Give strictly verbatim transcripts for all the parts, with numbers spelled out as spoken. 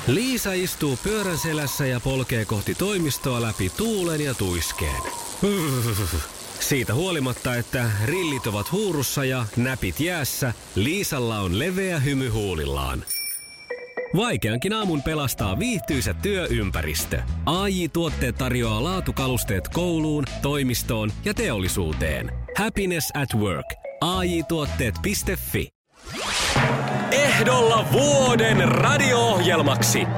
Liisa istuu pyörän selässä ja polkee kohti toimistoa läpi tuulen ja tuiskeen. Siitä huolimatta, että rillit ovat huurussa ja näpit jäässä, Liisalla on leveä hymy huulillaan. Vaikeankin aamun pelastaa viihtyisä työympäristö. A J-tuotteet tarjoaa laatukalusteet kouluun, toimistoon ja teollisuuteen. Happiness at work. A J tuotteet piste fi. Ehdolla vuoden radio-ohjelmaksi.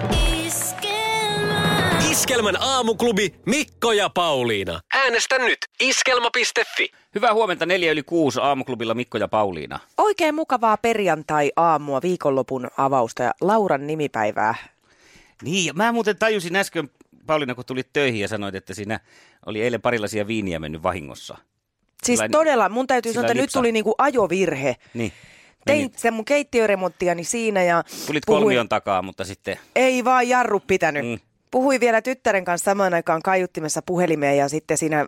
Iskelmä. Iskelmän aamuklubi Mikko ja Pauliina. Äänestä nyt iskelma piste fi. Hyvää huomenta, neljä yli kuusi aamuklubilla Mikko ja Pauliina. Oikein mukavaa perjantai-aamua, viikonlopun avausta ja Lauran nimipäivää. Niin, ja mä muuten tajusin äsken, Pauliina, kun tulit töihin ja sanoit, että siinä oli eilen parilaisia viiniä mennyt vahingossa. Siis Sillä, todella, mun täytyy sanoa, että nyt tuli niinku ajovirhe. Niin. Tein sen mun keittiöremonttiani siinä ja Tulit puhuin... kolmion takaa, mutta sitten... Ei vaan jarru pitänyt. Mm. Puhuin vielä tyttären kanssa samaan aikaan kaiuttimessa puhelimeen ja sitten siinä...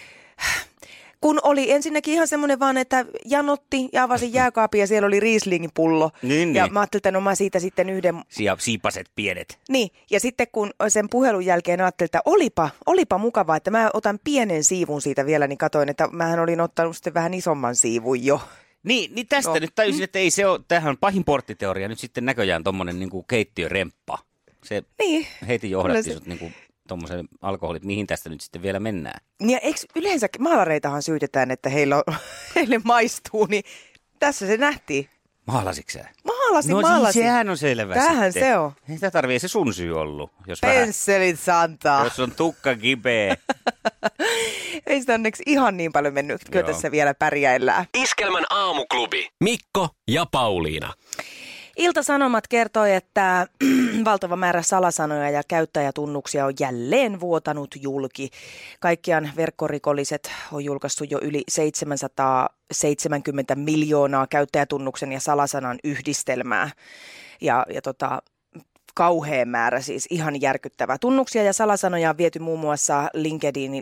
Kun oli ensinnäkin ihan semmoinen vaan, että janotti ja avasin jääkaapin ja siellä oli Rieslingin pullo. Niin, ja niin. mä ajattelin, että no mä siitä sitten yhden... Ja siipaset pienet. Niin, ja sitten kun sen puhelun jälkeen ajattelin, että olipa, olipa mukavaa, että mä otan pienen siivun siitä vielä, niin katsoin, että mähän olin ottanut sitten vähän isomman siivun jo. Niin, niin tästä no. nyt tajusin, että ei se ole, tämähän on pahin porttiteoria, nyt sitten näköjään tommonen niin kuin keittiöremppa. Se niin. heti johdatti sut niin kuin tommoisen alkoholit, mihin tästä nyt sitten vielä mennään. Ja eikö yleensä maalareitahan syytetään, että heillä on, heille maistuu, niin tässä se nähtiin. Maalasitko sä? Maalasin, no, maalasin. No siis sehän on selvä. Tämähän sitten. se on. Ei sitä tarvii se sun syy ollut. Jos Pensselit santaa. Jos on tukka kipeä. Ei sitä onneksi ihan niin paljon mennyt, kyllä tässä vielä pärjäillään. Iskelmän aamuklubi. Mikko ja Pauliina. Ilta-Sanomat kertoi, että valtava määrä salasanoja ja käyttäjätunnuksia on jälleen vuotanut julki. Kaikkiaan verkkorikolliset on julkaistu jo yli seitsemänsataaseitsemänkymmentä miljoonaa käyttäjätunnuksen ja salasanan yhdistelmää. Ja, ja tota... Kauhea määrä, siis ihan järkyttävää. Tunnuksia ja salasanoja on viety muun muassa LinkedInin,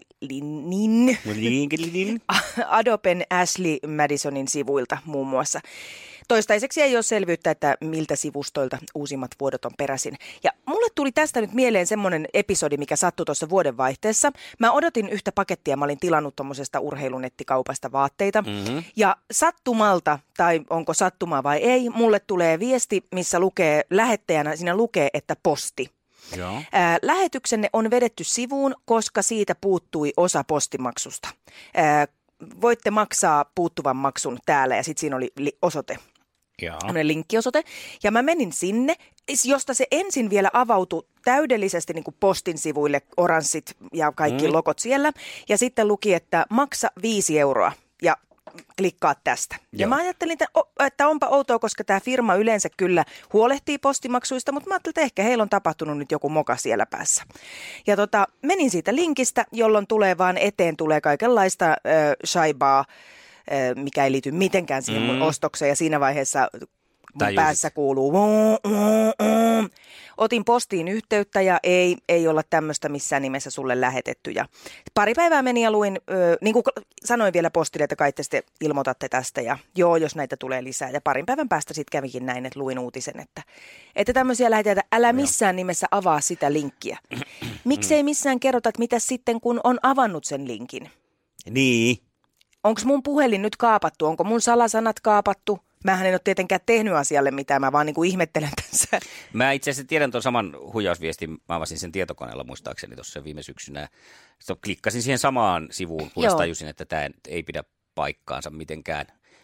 LinkedIn. Adoben Ashley Madisonin sivuilta muun muassa. Toistaiseksi ei ole selvyyttä, että miltä sivustoilta uusimmat vuodot on peräisin. Ja mulle tuli tästä nyt mieleen semmoinen episodi, mikä sattui tuossa vuodenvaihteessa. Mä odotin yhtä pakettia, mä olin tilannut tuommoisesta urheilunettikaupasta vaatteita. Mm-hmm. Ja sattumalta, tai onko sattumaa vai ei, mulle tulee viesti, missä lukee lähettäjänä, siinä lukee, että posti. Joo. Ää, lähetyksenne on vedetty sivuun, koska siitä puuttui osa postimaksusta. Ää, voitte maksaa puuttuvan maksun täällä ja sitten siinä oli li- osoite. Joo. Linkkiosoite. Ja mä menin sinne, josta se ensin vielä avautui täydellisesti niin kuin postin sivuille, oranssit ja kaikki mm. logot siellä. Ja sitten luki, että maksa viisi euroa ja klikkaa tästä. Joo. Ja mä ajattelin, että, että onpa outoa, koska tämä firma yleensä kyllä huolehtii postimaksuista, mutta mä ajattelin, että ehkä heillä on tapahtunut nyt joku moka siellä päässä. Ja tota, menin siitä linkistä, jolloin tulee vaan eteen, tulee kaikenlaista äh, shaibaa, mikä ei liity mitenkään siihen mun mm. ostokseen ja siinä vaiheessa mun päässä kuuluu mm, mm, mm. Otin postiin yhteyttä ja ei, ei olla tämmöistä missään nimessä sulle lähetetty. Ja pari päivää meni ja luin, ö, niin kuin sanoin vielä postille, että kai te sitten ilmoitatte tästä ja joo, jos näitä tulee lisää. Ja parin päivän päästä sitten kävikin näin, että luin uutisen, että, että tämmöisiä lähetetään, älä missään nimessä avaa sitä linkkiä. Miksei missään kerrota, että mitä sitten kun on avannut sen linkin? Niin. Onko mun puhelin nyt kaapattu? Onko mun salasanat kaapattu? Mähän en ole tietenkään tehnyt asialle mitään, mä vaan niin kuin ihmettelen tässä. Mä itse asiassa tiedän tuon saman huijausviestin, mä avasin sen tietokoneella muistaakseni tuossa viime syksynä. Sitten klikkasin siihen samaan sivuun, kunnes tajusin, että tämä ei pidä paikkaansa mitenkään.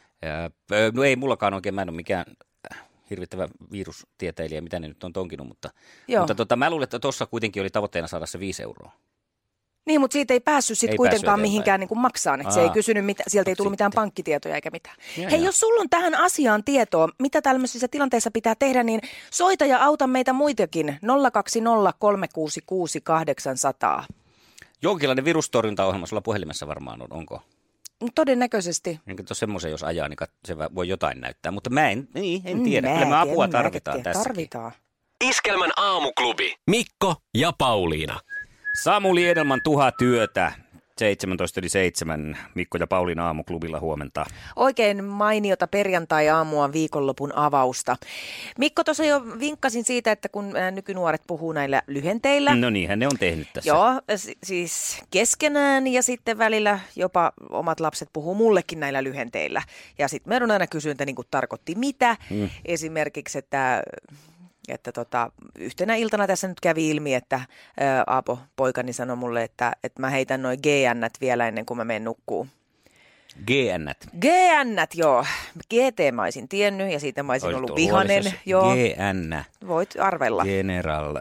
No ei mullakaan oikein, mä en ole mikään hirvittävä virustieteilijä, mitä ne nyt on tonkinut, mutta, mutta tota, mä luulen, että tuossa kuitenkin oli tavoitteena saada se viisi euroa. Niin, mutta siitä ei päässyt sitten kuitenkaan päässyt mihinkään niin kuin maksaan. Että se ei kysynyt, mitä, sieltä ei tullut mitään pankkitietoja eikä mitään. Ja Hei, ja. jos sulla on tähän asiaan tietoa, mitä tällaisissa tilanteissa pitää tehdä, niin soita ja auta meitä muitakin. nolla kaksi nolla kolme kuusi kuusi kahdeksan nolla nolla. Jonkinlainen virustorjuntaohjelma sulla puhelimessa varmaan on, onko? No, todennäköisesti. Enkä tuossa semmoisen, jos ajaa, niin se voi jotain näyttää. Mutta mä en, niin, en Mm, tiedä. mä Kyllä me apua tiedän, tarvitaan mä tässäkin. Tarvitaan. Iskelmän aamuklubi. Mikko ja Pauliina. Samuli Edelman Tuhat yötä. seitsemäntoista yli seitsemän. Mikko ja Pauliina aamuklubilla huomenta. Oikein mainiota perjantai-aamua viikonlopun avausta. Mikko, tuossa jo vinkkasin siitä, että kun nykynuoret puhuu näillä lyhenteillä. No niinhän ne on tehnyt tässä. Joo, siis keskenään ja sitten välillä jopa omat lapset puhuu mullekin näillä lyhenteillä. Ja sitten meidän on aina kysyä, että niin kuin tarkoitti mitä. Mm. Esimerkiksi, että... Että tota, yhtenä iltana tässä nyt kävi ilmi, että ää, Aapo poikani sanoi mulle, että, että mä heitän noin G N:t vielä ennen kuin mä menen nukkuun. G N:t? G N:t, joo. G T mä olisin tiennyt ja siitä mä olisin Olit ollut vihanen. Joo. G N. Voit arvella. General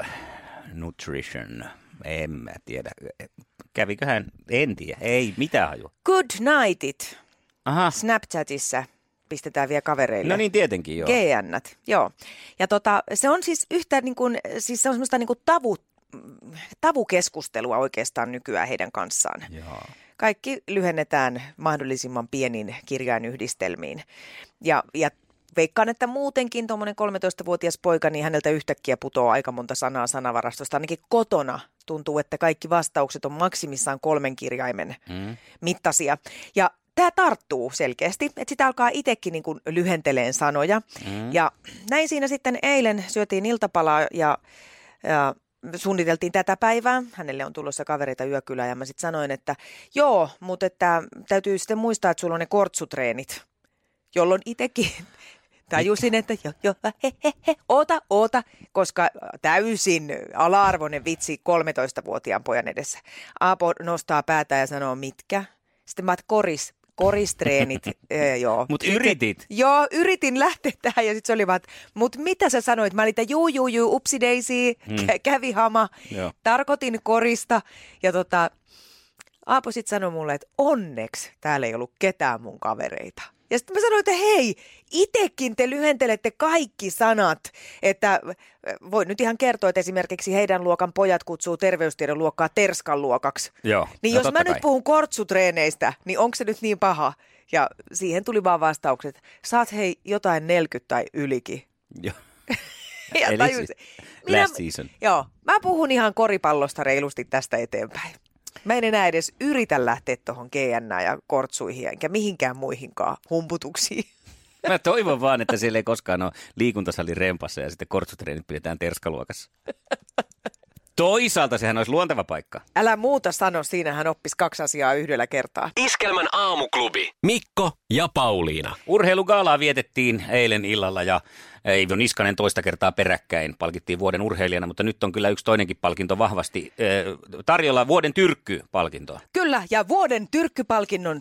Nutrition. En mä tiedä. Käviköhän? En tiedä. Ei mitään hajua. Good nightit. Aha. Snapchatissa. Pistetään vielä kavereille. No niin, tietenkin joo. G N:t, joo. Ja tota, se on siis yhtä niin kuin, siis se on semmoista niin kuin tavu, tavukeskustelua oikeastaan nykyään heidän kanssaan. Joo. Kaikki lyhennetään mahdollisimman pienin kirjainyhdistelmiin. Ja, ja veikkaan, että muutenkin tuommoinen kolmetoistavuotias poika, niin häneltä yhtäkkiä putoaa aika monta sanaa sanavarastosta. Ainakin kotona tuntuu, että kaikki vastaukset on maksimissaan kolmen kirjaimen mm. mittaisia. Ja tämä tarttuu selkeästi, että sitä alkaa itsekin niin kuin lyhenteleen sanoja. Mm. Ja näin siinä sitten eilen syötiin iltapalaa ja, ja suunniteltiin tätä päivää. Hänelle on tulossa kavereita yökylään ja mä sitten sanoin, että joo, mutta että täytyy sitten muistaa, että sulla on ne kortsutreenit, jolloin itsekin tajusin, että jo, jo, he, he, he, oota, oota, koska täysin ala-arvoinen vitsi kolmetoistavuotiaan pojan edessä. Aapo nostaa päätä ja sanoo, mitkä? Sitten mä oot koris. Koristreenit, ee, joo. Mut yritit? Joo, yritin lähteä tähän ja sitten se oli vaan, mut mitä sä sanoit? Mä olin, että juu, juu, juu, upsideisi, hmm. kä- kävi hama, joo. Tarkoitin korista ja tota, Aapo sitten sanoi mulle, että onneksi täällä ei ollut ketään mun kavereita. Ja sitten mä sanoin, että hei, itekin te lyhentelette kaikki sanat, että voi nyt ihan kertoa, että esimerkiksi heidän luokan pojat kutsuu terveystiedon luokkaa Terskan luokaksi. Joo, niin no jos mä kai. nyt puhun kortsutreeneistä, niin onko se nyt niin paha? Ja siihen tuli vaan vastaukset, saat hei jotain neljäkymmentä tai ylikin. Joo. ja Eli tajus, siis minä, last season. Joo, mä puhun ihan koripallosta reilusti tästä eteenpäin. Mä en enää edes yritä lähteä tuohon G N ja kortsuihin, enkä mihinkään muihinkaan humputuksiin. Mä toivon vaan, että siellä ei koskaan ole liikuntasalin rempassa ja sitten kortsutreenit pidetään Terskaluokassa. Toisaalta sehän olisi luonteva paikka. Älä muuta sano, siinähän oppisi kaksi asiaa yhdellä kertaa. Iskelmän aamuklubi. Mikko ja Pauliina. Urheilugaalaa vietettiin eilen illalla ja Iivo Niskanen toista kertaa peräkkäin palkittiin vuoden urheilijana, mutta nyt on kyllä yksi toinenkin palkinto vahvasti tarjolla, vuoden tyrkky-palkinto. Kyllä, ja vuoden tyrkkypalkinnon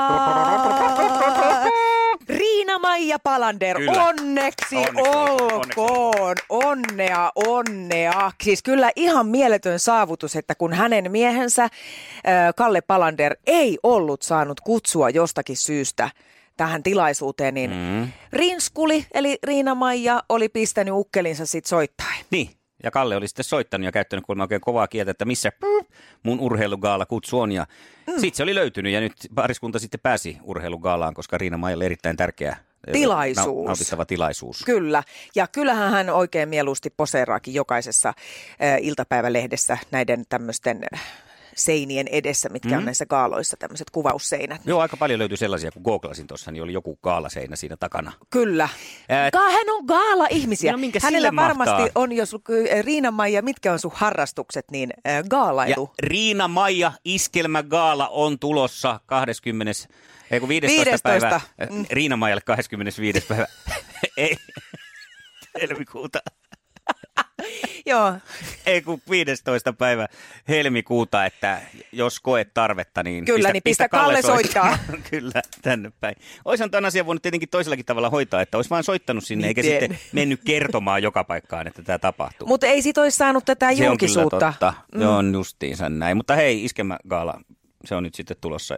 saa Riina-Maija Palander. Kyllä. Onneksi, onneksi olkoon. Onnea, onnea. Siis kyllä ihan mieletön saavutus, että kun hänen miehensä Kalle Palander ei ollut saanut kutsua jostakin syystä tähän tilaisuuteen, niin mm. Rinskuli, eli Riina-Maija, oli pistänyt ukkelinsa sitten soittain. Niin, ja Kalle oli sitten soittanut ja käyttänyt kuulemma oikein kovaa kieltä, että missä mun urheilugaala kutsu on. Ja mm. sitten se oli löytynyt ja nyt pariskunta sitten pääsi urheilugaalaan, koska Riina-Maijalle erittäin tärkeä tilaisuus. Nautittava tilaisuus. Kyllä, ja kyllähän hän oikein mieluusti poseeraakin jokaisessa äh, iltapäivälehdessä näiden tämmöisten seinien edessä, mitkä mm. on näissä gaaloissa, tämmöiset kuvausseinät. Joo, aika paljon löytyi sellaisia, kun googlasin tuossa, niin oli joku gaalaseinä siinä takana. Kyllä. Ää... Hän on gaala-ihmisiä. No, minkä hänellä varmasti mahtaa? On, jos Riina-Maija, mitkä on sun harrastukset, niin äh, gaalailu. Ja Riina-Maija iskelmägaala on tulossa kahdeskymmenes Ei kun viidestoista päivä. Mm. Riina-Maijalle kahdeskymmenesviides päivä. Ei, helmikuuta. Joo. Ei kun viidestoista päivä helmikuuta, että jos koet tarvetta, niin kyllä, pistä, niin pistä, pistä Kalle, Kalle soittaa. Kyllä, tänne päin. Oishan tämän asian voinut tietenkin toisellakin tavalla hoitaa, että olisi vaan soittanut sinne, Miten? eikä sitten mennyt kertomaan joka paikkaan, että tämä tapahtuu. Mutta ei sit olisi saanut tätä se julkisuutta. Se on kyllä totta. Mm. Se on justiinsa näin. Mutta hei, Iskelmägaala, se on nyt sitten tulossa eteen.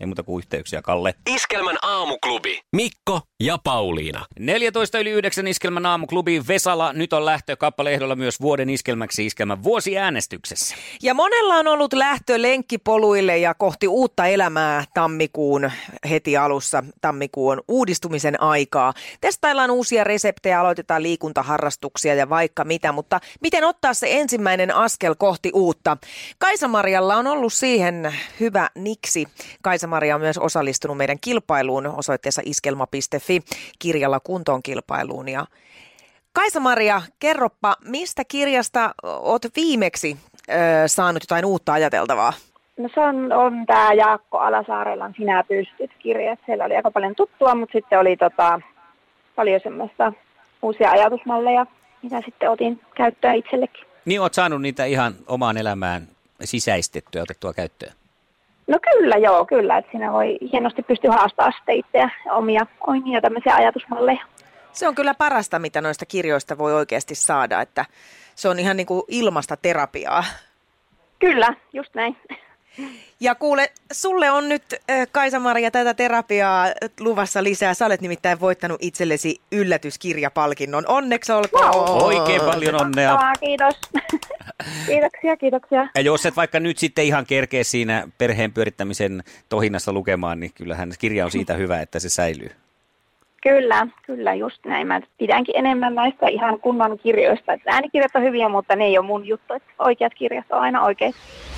Ei muuta kuin yhteyksiä, Kalle. Iskelmän aamuklubi. Mikko ja Pauliina. neljätoista yli yhdeksän Iskelmän aamuklubi. Vesala. Nyt on lähtö kappaleehdolla myös vuoden iskelmäksi Iskelmän vuosiäänestyksessä. Ja monella on ollut lähtö lenkkipoluille ja kohti uutta elämää tammikuun heti alussa. Tammikuun uudistumisen aikaa. Testaillaan uusia reseptejä, aloitetaan liikuntaharrastuksia ja vaikka mitä, mutta miten ottaa se ensimmäinen askel kohti uutta? Kaisa-Marialla on ollut siihen hyvä niksi. Kaisa-Maria on myös osallistunut meidän kilpailuun osoitteessa iskelma piste fi kirjalla kuntoon kilpailuun. Ja Kaisa-Maria, kerroppa, mistä kirjasta oot viimeksi ö, saanut jotain uutta ajateltavaa? No se on, on tämä Jaakko Alasaarelan Sinä pystyt -kirja. Siellä oli aika paljon tuttua, mutta sitten oli tota, paljon semmoista uusia ajatusmalleja, mitä sitten otin käyttöön itsellekin. Niin oot saanut niitä ihan omaan elämään sisäistettyä ja otettua käyttöön? No kyllä, joo, kyllä. Että siinä voi hienosti pystyä haastamaan sitten itseä ja omia, omia tämmöisiä ajatusmalleja. Se on kyllä parasta, mitä noista kirjoista voi oikeasti saada, että se on ihan niin kuin ilmasta terapiaa. Kyllä, just näin. Ja kuule, sulle on nyt, Kaisa-Maria, tätä terapiaa luvassa lisää. Sä olet nimittäin voittanut itsellesi yllätyskirjapalkinnon. Onneksi olkoon! Wow. Oikein paljon onnea! Mahtavaa, kiitos. Kiitoksia, kiitoksia. Ja jos et vaikka nyt sitten ihan kerkeä siinä perheen pyörittämisen tohinnassa lukemaan, niin kyllähän kirja on siitä hyvä, että se säilyy. Kyllä, kyllä, just näin. Mä pidänkin enemmän näistä ihan kunnon kirjoista. Että äänikirjat on hyviä, mutta ne ei ole mun juttu. Että oikeat kirjat on aina oikeat.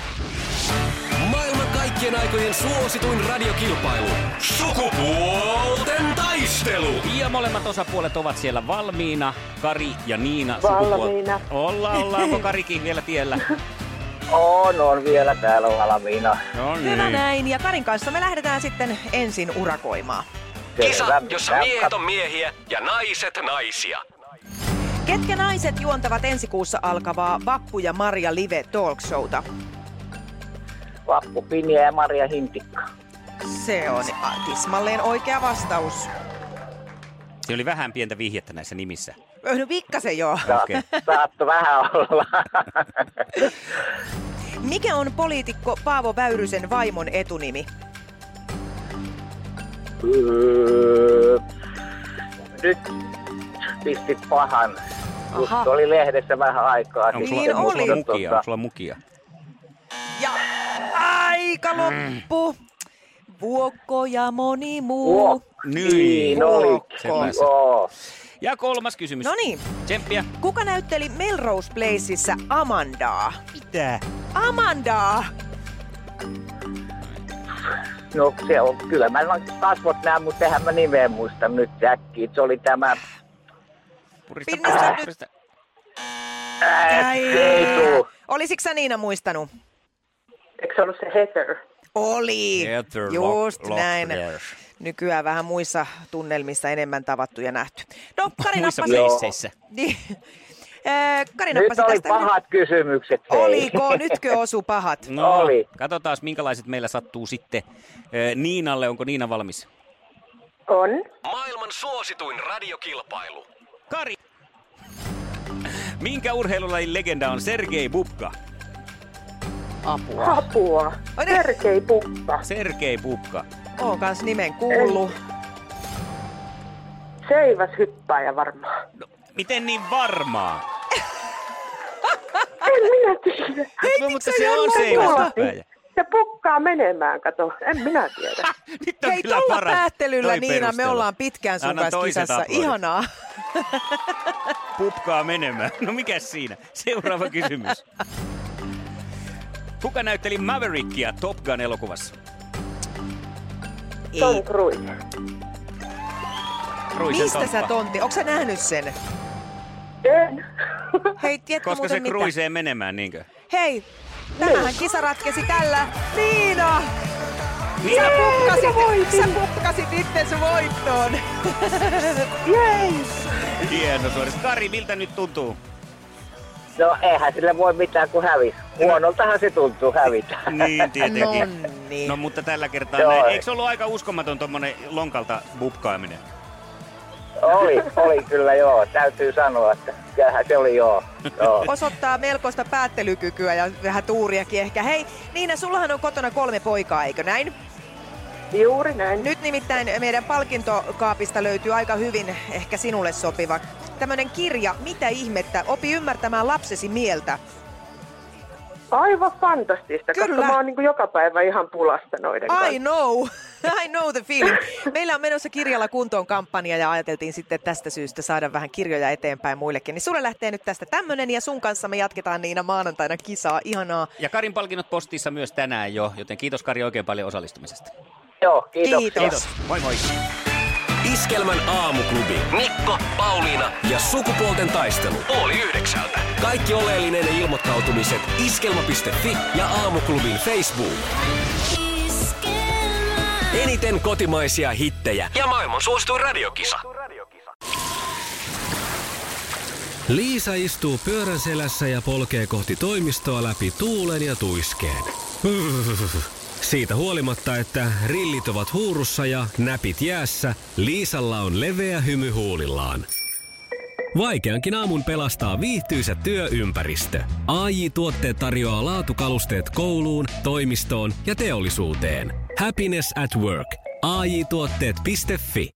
Maailman kaikkien aikojen suosituin radiokilpailu. Sukupuolten taistelu. Ja molemmat osapuolet ovat siellä valmiina. Kari ja Niina. Valmiina. Sukupuol- Olla, ollaanko Karikin vielä tiellä? On, on vielä täällä valmiina. No niin. Hyvä näin. Ja Karin kanssa me lähdetään sitten ensin urakoimaan. Kisa, jossa miehet on miehiä ja naiset naisia. Ketkä naiset juontavat ensi kuussa alkavaa Vappu ja Maria Live Talk Showta? Vappu Pinja ja Maria Hintikka. Se on tismalleen oikea vastaus. Se oli vähän pientä vihjettä näissä nimissä. No pikkasen joo. Okei. Saatto vähän olla. Mikä on poliitikko Paavo Väyrysen vaimon etunimi? Öö, Nyt pistit pahan. Just Aha. oli lehdessä vähän aikaa. Onko sulla, Niin onko oli. sulla mukia? Onko sulla mukia? Ja aika loppu. Vuokko ja moni muu. Vuokko. Niin oli. Sen päässä. Joo. Ja kolmas kysymys. No niin. Tsemppiä. Kuka näytteli Melrose Placeissa Amandaa? Mitä? Amandaa! No se on, kyllä mä kasvot näen, mutta eihän mä nimeä muista nyt äkkiä. Se oli tämä... Purista, Pinnistä purista, nyt. purista. Ää, Ai. se ei tuu. Olisitko sä Niina muistanut? Eikö se ollut se Heather? Oli. Heather Just Lock- näin. Locklear. Nykyään vähän muissa tunnelmissa enemmän tavattu ja nähty. No, Kari Muissa nappasi. pleisseissä. Niin. Ee, Kari Nyt nappasi oli tästä. pahat kysymykset. hei. Oliko? Nytkö osu pahat? No, Oli. katsotaan minkälaiset meillä sattuu sitten Ee, Niinalle. Onko Niina valmis? On. Maailman suosituin radiokilpailu. Kari! Minkä urheilulajin legenda on Sergei Bubka? Apua. Apua. Oi, ne- Sergei Bubka. Sergei Bubka. Oon kans nimen kuullut. Seiväs hyppääjä varmaan. No, miten niin varmaa? En minä tiedä. No, mutta sä se on jollain seiväshyppääjä. Se pukkaa menemään, kato. En minä tiedä. Nyt on Hei, kyllä tuolla paras päättelyllä toi Niina, me perustelu. ollaan pitkään sun Anna kanssa toiset kisassa. aplodit. Ihanaa. Pupkaa menemään. No mikäs siinä? Seuraava kysymys. Kuka näytteli Maverickia Top Gun-elokuvassa? Ei. Cruise. Cruisen Mistä sä tontpa. tontti? Onko sä nähnyt sen? En. Hei, tiedätkö Koska se muuten mitä? cruisee menemään, niinkö? Hei, tämähän kisa ratkesi tällä. Niina! Niina, Sä pukkasit, sä pukkasit itsesi voittoon. hieno suoritus. Kari, miltä nyt tuntuu? No eihän sille voi mitään kuin hävis. Huonoltahan se tuntuu hävitä. Niin, tietenkin. Nonni. No mutta tällä kertaa Joo. näin. Eikö se ollut aika uskomaton tommonen lonkalta bupkaaminen? Oli, oli kyllä joo. Täytyy sanoa, että kyllähän se oli joo. joo. Osoittaa melkoista päättelykykyä ja vähän tuuriakin ehkä. Hei, Niina, sullahan on kotona kolme poikaa, eikö näin? Juuri näin. Nyt nimittäin meidän palkintokaapista löytyy aika hyvin ehkä sinulle sopiva tämmönen kirja, Mitä ihmettä, opi ymmärtämään lapsesi mieltä. Aivan fantastista, Kyllä. koska mä oon niin kuin joka päivä ihan pulassa noiden kanssa. I know, I know the feeling. Meillä on menossa Kirjalla kuntoon kampanja ja ajateltiin sitten tästä syystä saada vähän kirjoja eteenpäin muillekin. Niin sulle lähtee nyt tästä tämmönen ja sun kanssa me jatketaan Niina maanantaina kisaa. Ihanaa. Ja Karin palkinnot postissa myös tänään jo, joten kiitos Kari oikein paljon osallistumisesta. Joo, kiitos. Kiitos. Kiitos. Moi moi. Iskelmän aamuklubi. Mikko, Pauliina ja sukupuolten taistelu. Oli yhdeksältä. Kaikki oleellinen ilmoittautumiset iskelma piste fi ja aamuklubin Facebook. Eniten kotimaisia hittejä ja maailman suosituin radiokisa. Liisa istuu pyörän selässä ja polkee kohti toimistoa läpi tuulen ja tuiskeen. Siitä huolimatta, että rillit ovat huurussa ja näpit jäässä, Liisalla on leveä hymy huulillaan. Vaikeankin aamun pelastaa viihtyisä työympäristö. A J-tuotteet tarjoaa laatukalusteet kouluun, toimistoon ja teollisuuteen. Happiness at work. A J tuotteet piste fi